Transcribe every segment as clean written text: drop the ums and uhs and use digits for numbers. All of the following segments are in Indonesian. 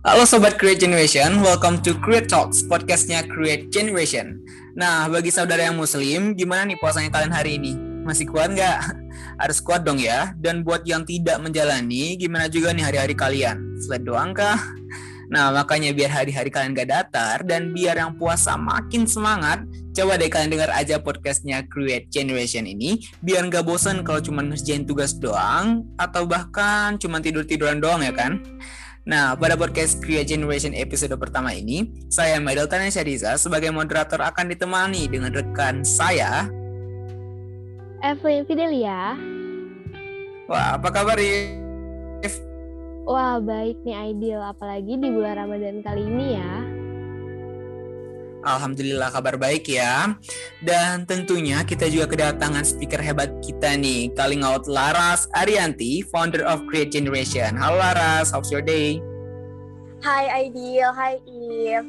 Halo Sobat Create Generation, welcome to Create Talks, podcastnya Create Generation. Nah, bagi saudara yang muslim, gimana nih puasanya kalian hari ini? Masih kuat nggak? Harus kuat dong ya. Dan buat yang tidak menjalani, gimana juga nih hari-hari kalian? Flat doang kah? Nah, makanya biar hari-hari kalian gak datar dan biar yang puasa makin semangat, coba deh kalian dengar aja podcastnya Create Generation ini, biar gak bosan kalau cuma ngerjain tugas doang, atau bahkan cuma tidur-tiduran doang ya kan? Nah, pada podcast Create Generation episode pertama ini, saya Maidal Tanesha Diza sebagai moderator akan ditemani dengan rekan saya, Evelyn Fidelia. Wah, apa kabar If? Wah, baik nih Ideal, apalagi di bulan Ramadan kali ini ya. Alhamdulillah kabar baik ya. Dan tentunya kita juga kedatangan speaker hebat kita nih, calling out Laras Arianti, founder of Create Generation. Halo Laras, how's your day? Hai Ideal, hai If.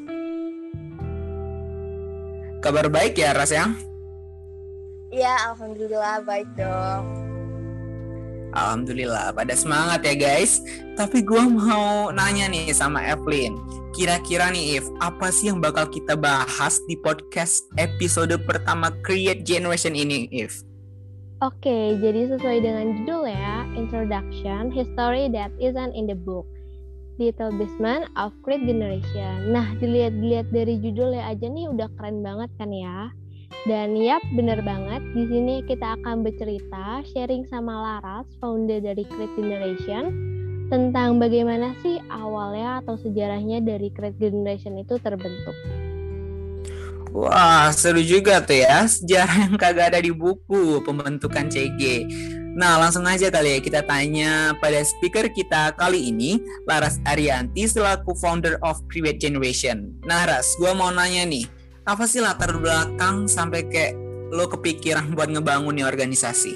Kabar baik ya Ras ya? Ya, alhamdulillah baik dong. Alhamdulillah, pada semangat ya guys. Tapi gue mau nanya nih sama Evelyn. Kira-kira nih If, apa sih yang bakal kita bahas di podcast episode pertama Create Generation ini If? Oke, jadi sesuai dengan judul ya, Introduction, History That Isn't in the Book, Little Basement of Create Generation. Nah, dilihat dari judulnya aja nih udah keren banget kan ya. Dan yap, bener banget. Di sini kita akan bercerita, sharing sama Laras, founder dari Create Generation, tentang bagaimana sih awalnya atau sejarahnya dari Create Generation itu terbentuk. Wah, seru juga tuh ya, sejarah yang kagak ada di buku pembentukan CG. Nah, langsung aja kali ya kita tanya pada speaker kita kali ini, Laras Arianti selaku founder of Create Generation. Nah, Ras, gue mau nanya nih, apa sih latar belakang sampai kayak lo kepikiran buat ngebangun nih organisasi?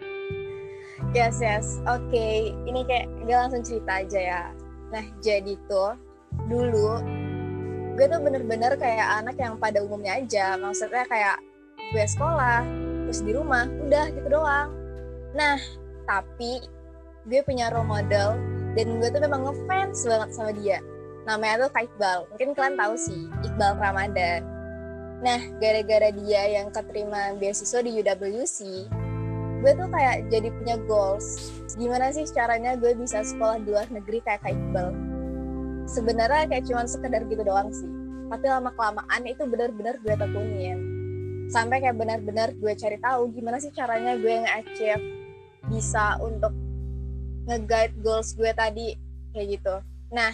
Yes. Oke, ini kayak gue langsung cerita aja ya. Nah, jadi tuh dulu gue tuh bener-bener kayak anak yang pada umumnya aja. Maksudnya kayak gue sekolah, terus di rumah, udah gitu doang. Nah, tapi gue punya role model dan gue tuh memang ngefans banget sama dia. Namanya tuh Kak Iqbal. Mungkin kalian tahu sih, Iqbal Ramadan. Nah, gara-gara dia yang keterima beasiswa di UWC, gue tuh kayak jadi punya goals. Gimana sih caranya gue bisa sekolah di luar negeri kayak Kak Iqbal? Sebenarnya kayak cuma sekedar gitu doang sih. Tapi lama-kelamaan itu benar-benar gue tekunin. Sampai kayak benar-benar gue cari tahu gimana sih caranya gue nge-achieve bisa untuk nge-guide goals gue tadi, kayak gitu. Nah,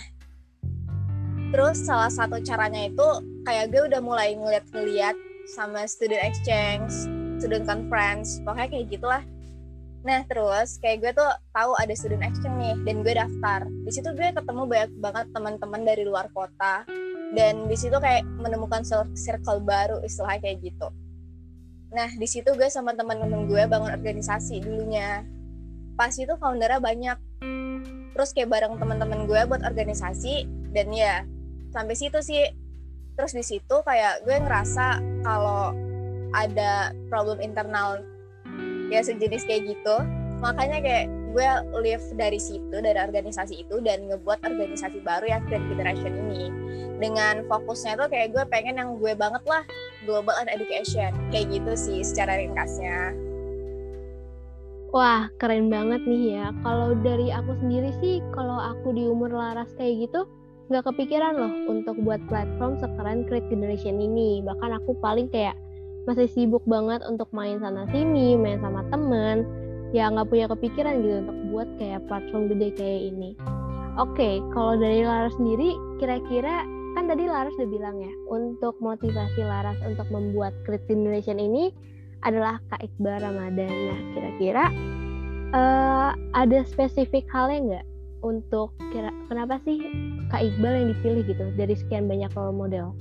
terus salah satu caranya itu kayak gue udah mulai ngeliat sama student exchange, student conference, pokoknya kayak gitulah. Nah terus kayak gue tuh tahu ada student exchange nih dan gue daftar. Di situ gue ketemu banyak banget teman-teman dari luar kota dan di situ kayak menemukan circle baru istilahnya kayak gitu. Nah di situ gue sama teman-teman gue bangun organisasi dulunya. Pas itu foundernya banyak. Terus kayak bareng teman-teman gue buat organisasi dan ya sampai situ sih. Terus di situ kayak gue ngerasa kalau ada problem internal ya sejenis kayak gitu, makanya kayak gue leave dari situ, dari organisasi itu dan ngebuat organisasi baru yang Create Generation ini. Dengan fokusnya tuh kayak gue pengen yang gue banget lah, global and education, kayak gitu sih secara ringkasnya. Wah, keren banget nih ya. Kalau dari aku sendiri sih, kalau aku di umur Laras kayak gitu, nggak kepikiran loh untuk buat platform sekeren Create Generation ini. Bahkan aku paling kayak masih sibuk banget untuk main sana sini, main sama temen, ya nggak punya kepikiran gitu untuk buat kayak platform gede kayak ini. Oke, kalau dari Laras sendiri, kira-kira kan tadi Laras udah bilang ya, untuk motivasi Laras untuk membuat Create Generation ini adalah Kak Iqbal Ramadan. Nah, kira-kira ada spesifik halnya nggak untuk kenapa sih Kak Iqbal yang dipilih gitu dari sekian banyak role model?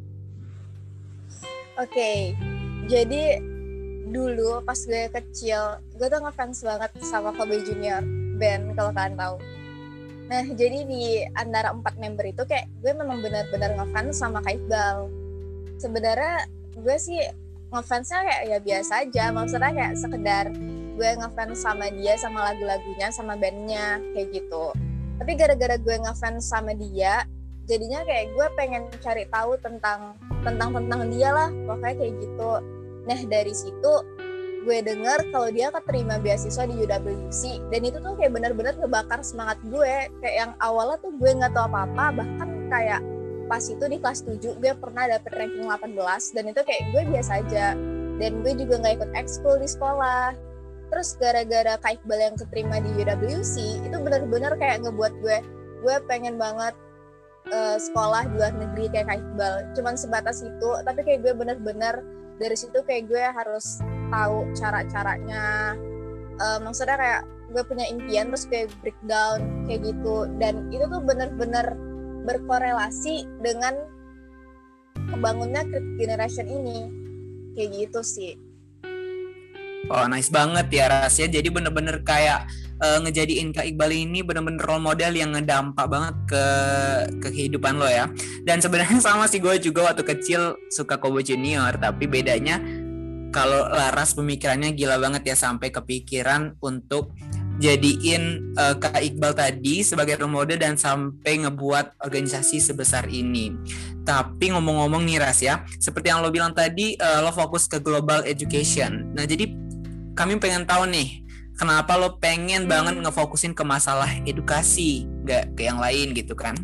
Oke, jadi dulu pas gue kecil, gue tuh ngefans banget sama Kobe Junior band kalau kalian tahu. Nah, jadi di antara 4 member itu kayak gue memang benar-benar ngefans sama Kak Iqbal. Sebenarnya gue sih ngefansnya kayak ya biasa aja, maksudnya kayak sekedar gue ngefans sama dia, sama lagu-lagunya, sama bandnya, kayak gitu. Tapi gara-gara gue ngefans sama dia, jadinya kayak gue pengen cari tahu tentang dia lah, pokoknya kayak gitu. Nah dari situ gue dengar kalau dia keterima beasiswa di UWC, dan itu tuh kayak benar-benar ngebakar semangat gue. Kayak yang awalnya tuh gue nggak tahu apa-apa, bahkan kayak pas itu di kelas 7 gue pernah dapet ranking 18, dan itu kayak gue biasa aja, dan gue juga nggak ikut ekskul di sekolah. Terus gara-gara Kak Iqbal yang keterima di UWC, itu benar-benar kayak ngebuat gue pengen banget sekolah di luar negeri kayak Kak Iqbal. Cuman sebatas itu, tapi kayak gue benar-benar dari situ kayak gue harus tahu cara-caranya. Maksudnya kayak gue punya impian terus kayak breakdown kayak gitu, dan itu tuh benar-benar berkorelasi dengan kebangunnya Create Generation ini kayak gitu sih. Oh, nice banget ya Rasya. Jadi bener-bener kayak ngejadiin Kak Iqbal ini bener-bener role model yang ngedampak banget ke kehidupan lo ya. Dan sebenarnya sama sih, gue juga waktu kecil suka Kobo Junior, tapi bedanya kalau Laras pemikirannya gila banget ya, sampai kepikiran untuk jadiin Kak Iqbal tadi sebagai role model dan sampai ngebuat organisasi sebesar ini. Tapi ngomong-ngomong nih Ras ya, seperti yang lo bilang tadi, lo fokus ke global education. Nah jadi kami pengen tahu nih, kenapa lo pengen banget ngefokusin ke masalah edukasi, gak ke yang lain gitu kan?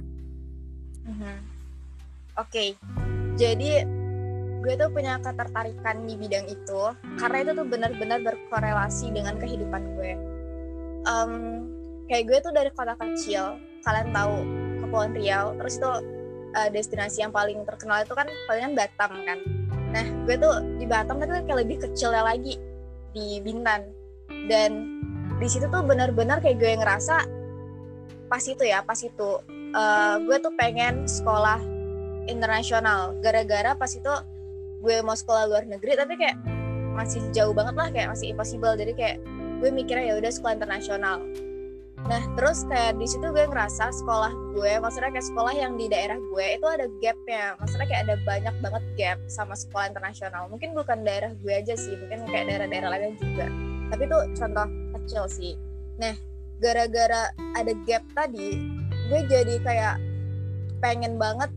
Oke. Jadi gue tuh punya ketertarikan di bidang itu karena itu tuh benar-benar berkorelasi dengan kehidupan gue. Kayak gue tuh dari kota kecil, kalian tahu Kepulauan Riau, terus itu destinasi yang paling terkenal itu kan palingan Batam kan. Nah gue tuh di Batam tapi kayak lebih kecilnya lagi di Bintan, dan di situ tuh benar-benar kayak gue ngerasa pas itu gue tuh pengen sekolah internasional, gara-gara pas itu gue mau sekolah luar negeri tapi kayak masih jauh banget lah, kayak masih impossible. Jadi kayak gue mikirnya ya udah sekolah internasional. Nah terus kayak di situ gue ngerasa sekolah gue, maksudnya kayak sekolah yang di daerah gue itu ada gapnya, maksudnya kayak ada banyak banget gap sama sekolah internasional. Mungkin bukan daerah gue aja sih, mungkin kayak daerah-daerah lainnya juga, tapi itu contoh kecil sih. Nah gara-gara ada gap tadi, gue jadi kayak pengen banget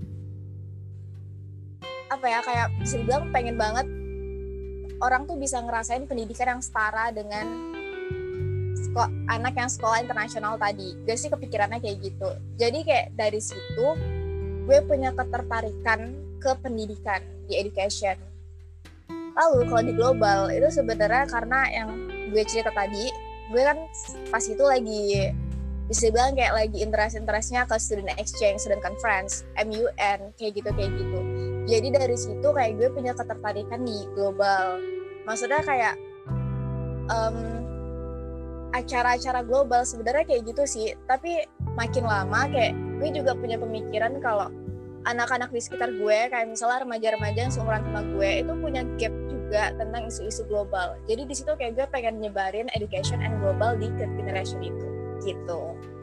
kayak bisa dibilang pengen banget orang tuh bisa ngerasain pendidikan yang setara dengan anak yang sekolah internasional tadi. Gue sih kepikirannya kayak gitu. Jadi kayak dari situ gue punya ketertarikan ke pendidikan di education. Lalu kalau di global itu sebenarnya karena yang gue cerita tadi, gue kan pas itu lagi bisa dibilang kayak lagi interest-interestnya ke student exchange, student conference, MUN, kayak gitu. Jadi dari situ kayak gue punya ketertarikan di global. Maksudnya kayak acara-acara global sebenarnya kayak gitu sih. Tapi makin lama kayak gue juga punya pemikiran kalau anak-anak di sekitar gue, kayak misalnya remaja-remaja yang seumuran sama gue, itu punya gap juga tentang isu-isu global. Jadi di situ kayak gue pengen nyebarin education and global di Create Generation itu gitu.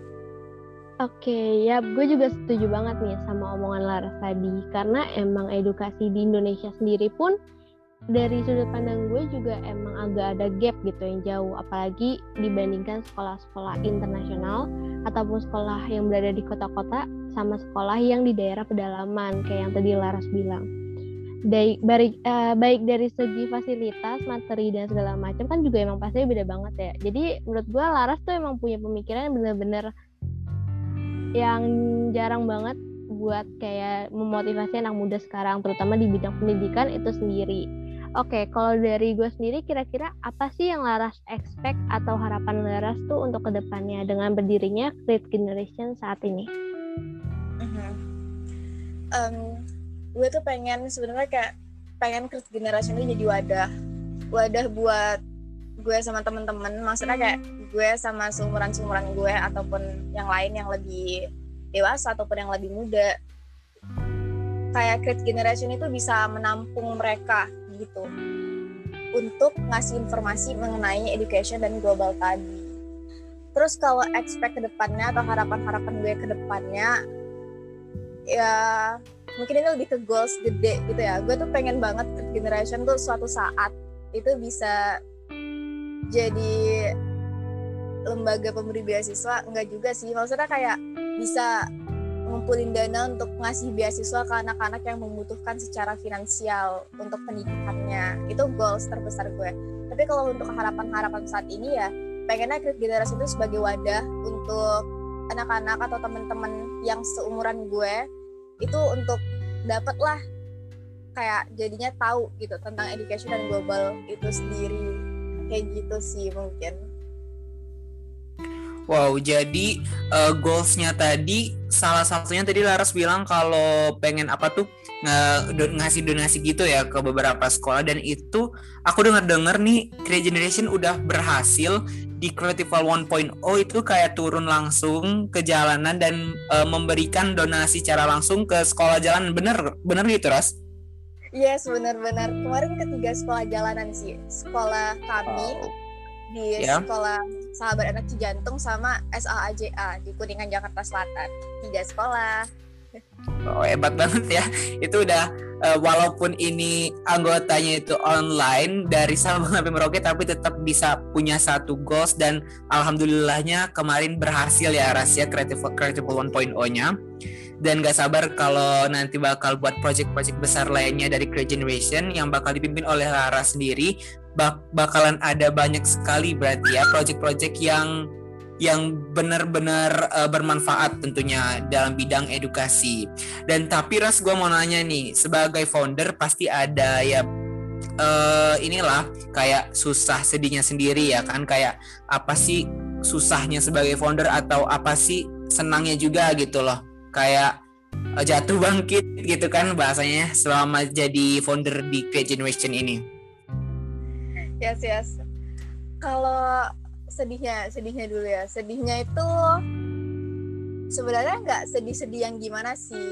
Oke, ya gue juga setuju banget nih sama omongan Laras tadi, karena emang edukasi di Indonesia sendiri pun dari sudut pandang gue juga emang agak ada gap gitu yang jauh, apalagi dibandingkan sekolah-sekolah internasional ataupun sekolah yang berada di kota-kota sama sekolah yang di daerah pedalaman kayak yang tadi Laras bilang. Baik dari segi fasilitas, materi dan segala macam kan juga emang pastinya beda banget ya. Jadi menurut gue Laras tuh emang punya pemikiran yang benar-benar yang jarang banget buat kayak memotivasi anak muda sekarang, terutama di bidang pendidikan itu sendiri. Oke, kalau dari gue sendiri kira-kira apa sih yang Laras expect atau harapan Laras tuh untuk kedepannya dengan berdirinya Create Generation saat ini? Gue tuh sebenarnya kayak pengen Create Generation ini jadi wadah buat gue sama temen-temen, maksudnya kayak gue sama seumuran gue ataupun yang lain yang lebih dewasa ataupun yang lebih muda, kayak Create Generation itu bisa menampung mereka gitu untuk ngasih informasi mengenai education dan global tadi. Terus kalau expect ke depannya atau harapan-harapan gue ke depannya, ya mungkin ini lebih ke goals gede gitu ya. Gue tuh pengen banget Create Generation tuh suatu saat itu bisa jadi lembaga pemberi beasiswa, enggak juga sih, maksudnya kayak bisa ngumpulin dana untuk ngasih beasiswa ke anak-anak yang membutuhkan secara finansial untuk pendidikannya. Itu goals terbesar gue. Tapi kalau untuk harapan-harapan saat ini ya, pengennya Create Generation itu sebagai wadah untuk anak-anak atau teman-teman yang seumuran gue itu untuk dapat lah kayak jadinya tahu gitu tentang education dan global itu sendiri. Kayak gitu sih mungkin. Wow, jadi goals-nya tadi salah satunya tadi Laras bilang kalau pengen apa tuh ngasih donasi gitu ya ke beberapa sekolah, dan itu aku dengar nih Create Generation udah berhasil di Creative 1.0 itu kayak turun langsung ke jalanan dan memberikan donasi secara langsung ke sekolah jalanan. Bener gitu, Ras? Yes, benar-benar. Kemarin ketiga sekolah jalanan sih. Sekolah kami di sekolah Sahabat Anak Cijantung sama SAAJA di Kuningan Jakarta Selatan. 3 sekolah. Oh, hebat banget ya. Itu udah walaupun ini anggotanya itu online dari Sabang sampai Merauke, tapi tetap bisa punya satu goals, dan alhamdulillahnya kemarin berhasil ya Rahasia Creative 1.0-nya. Dan gak sabar kalau nanti bakal buat project-project besar lainnya dari Create Generation yang bakal dipimpin oleh Lara sendiri. Bakalan ada banyak sekali berarti ya project-project yang benar-benar bermanfaat tentunya dalam bidang edukasi. Dan tapi Ras, gue mau nanya nih, sebagai founder pasti ada ya inilah kayak susah sedihnya sendiri ya kan, kayak apa sih susahnya sebagai founder atau apa sih senangnya juga gitu loh, kayak jatuh bangkit gitu kan bahasanya selama jadi founder di Create Generation ini. Yes. Kalau sedihnya dulu ya. Sedihnya itu sebenarnya nggak sedih-sedih yang gimana sih.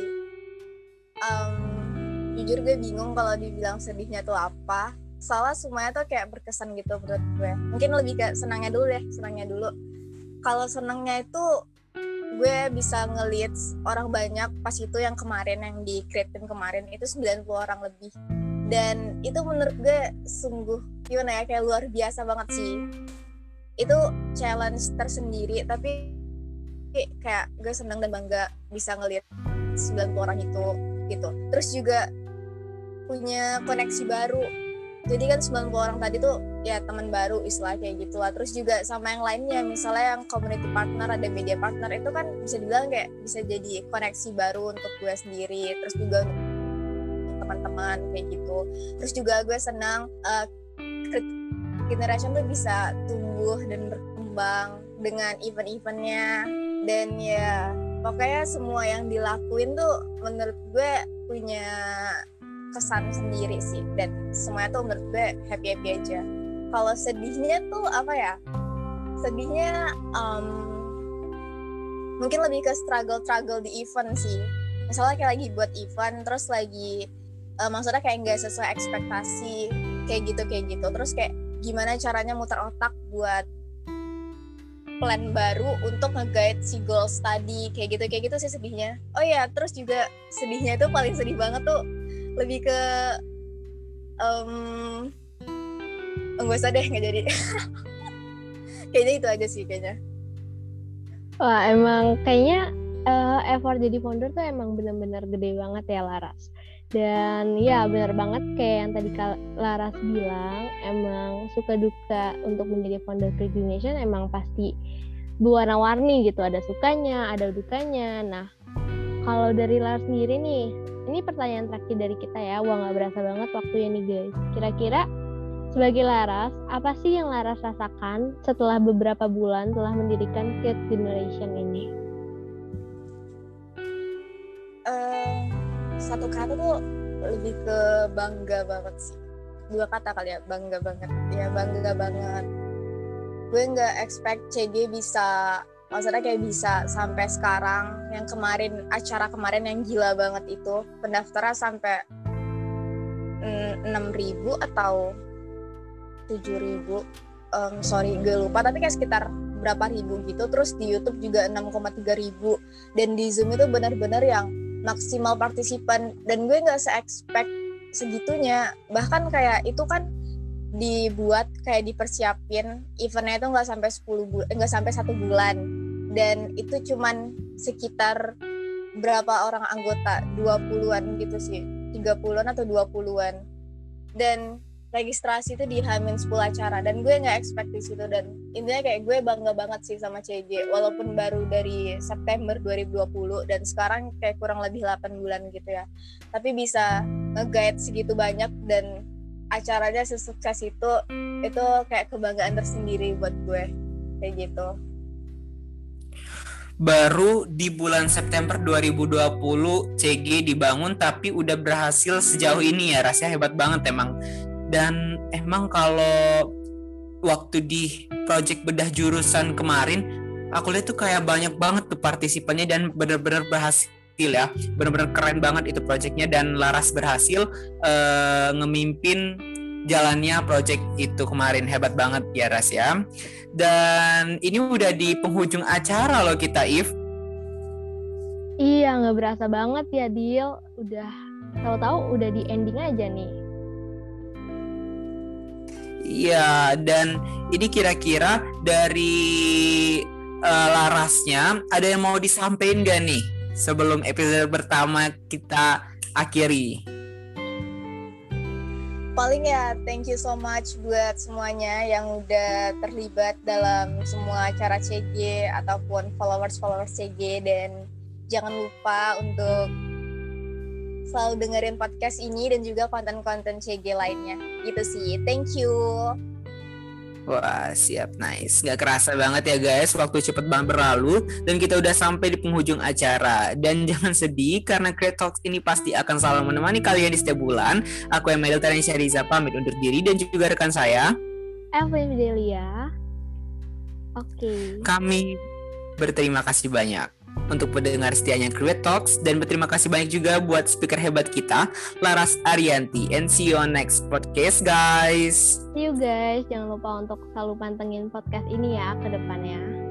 Jujur gue bingung kalau dibilang sedihnya tuh apa. Soalnya semuanya tuh kayak berkesan gitu menurut gue. Mungkin lebih ke senangnya dulu. Kalau senangnya itu gue bisa nge-lead orang banyak pas itu yang kemarin, yang di Create kemarin itu 90 orang lebih. Dan itu menurut gue sungguh gimana ya, kayak luar biasa banget sih. Itu challenge tersendiri, tapi kayak gue senang dan bangga bisa ngeliat 90 orang itu gitu. Terus juga punya koneksi baru. Jadi kan 90 orang tadi tuh ya teman baru istilah kayak gitu lah. Terus juga sama yang lainnya, misalnya yang community partner, ada media partner, itu kan bisa dibilang kayak bisa jadi koneksi baru untuk gue sendiri. Terus juga teman-teman kayak gitu. Terus juga gue senang Generation tuh bisa tumbuh dan berkembang dengan event-eventnya, dan ya pokoknya semua yang dilakuin tuh menurut gue punya kesan sendiri sih, dan semuanya tuh menurut gue happy aja. Kalau sedihnya tuh apa ya? Sedihnya mungkin lebih ke struggle di event sih. Misalnya kayak lagi buat event terus lagi maksudnya kayak nggak sesuai ekspektasi kayak gitu. Terus kayak gimana caranya muter otak buat plan baru untuk nge-guide si goals tadi kayak gitu sih sedihnya. Oh ya, terus juga sedihnya itu paling sedih banget tuh lebih ke enggak usah deh, nggak jadi. Kayaknya itu aja sih kayaknya. Wah, emang kayaknya effort jadi founder tuh emang benar-benar gede banget ya Laras. Dan ya benar banget kayak yang tadi Laras bilang, emang suka duka untuk menjadi founder Create Generation emang pasti berwarna-warni gitu, ada sukanya, ada dukanya. Nah, kalau dari Laras sendiri nih, ini pertanyaan terakhir dari kita ya, wah nggak berasa banget waktunya nih guys. Kira-kira sebagai Laras, apa sih yang Laras rasakan setelah beberapa bulan telah mendirikan Create Generation ini? Satu kata tuh lebih ke bangga banget sih. 2 kata kali ya, bangga banget. Ya bangga banget. Gue nggak expect CG bisa, maksudnya kayak bisa sampai sekarang. Yang kemarin, acara kemarin yang gila banget itu, pendaftaran sampai 6.000 atau 7.000. Sorry, gue lupa. Tapi kayak sekitar berapa ribu gitu. Terus di YouTube juga 6,3 ribu. Dan di Zoom itu benar-benar yang maksimal partisipan, dan gue nggak se-expect segitunya. Bahkan kayak itu kan dibuat kayak dipersiapin eventnya itu nggak sampai 1 bulan, dan itu cuman sekitar berapa orang anggota, 20-an gitu sih, 30-an atau 20-an. Dan registrasi itu di H-10 acara, dan gue nggak expect di situ. Dan intinya kayak gue bangga banget sih sama CG, walaupun baru dari September 2020 dan sekarang kayak kurang lebih 8 bulan gitu ya, tapi bisa nge-guide segitu banyak dan acaranya sesukses itu kayak kebanggaan tersendiri buat gue kayak gitu. Baru di bulan September 2020 CG dibangun tapi udah berhasil sejauh ini ya, rasanya hebat banget emang. Dan emang kalau waktu di project bedah jurusan kemarin, aku lihat tuh kayak banyak banget tuh partisipannya dan benar-benar berhasil ya, benar-benar keren banget itu projectnya. Dan Laras berhasil ngemimpin jalannya project itu kemarin, hebat banget ya Ras ya. Dan ini udah di penghujung acara loh kita, If. Iya, nggak berasa banget ya, Dil. Udah tahu-tahu udah di ending aja nih. Iya, dan ini kira-kira dari Larasnya ada yang mau disampaikan gak nih sebelum episode pertama kita akhiri? Paling ya thank you so much buat semuanya yang udah terlibat dalam semua acara CG ataupun followers CG, dan jangan lupa untuk selalu dengerin podcast ini dan juga konten-konten CG lainnya gitu sih. Thank you. Wah, siap, nice. Gak kerasa banget ya guys, waktu cepet banget berlalu dan kita udah sampai di penghujung acara. Dan jangan sedih karena Create Talks ini pasti akan selalu menemani kalian di setiap bulan. Aku Emil Taranisha Riza pamit undur diri, dan juga rekan saya Evelyn Delia. Oke. Kami berterima kasih banyak untuk pendengar setianya Create Talks, dan berterima kasih banyak juga buat speaker hebat kita Laras Arianti. And see you on next podcast guys. See you guys. Jangan lupa untuk selalu pantengin podcast ini ya ke depannya.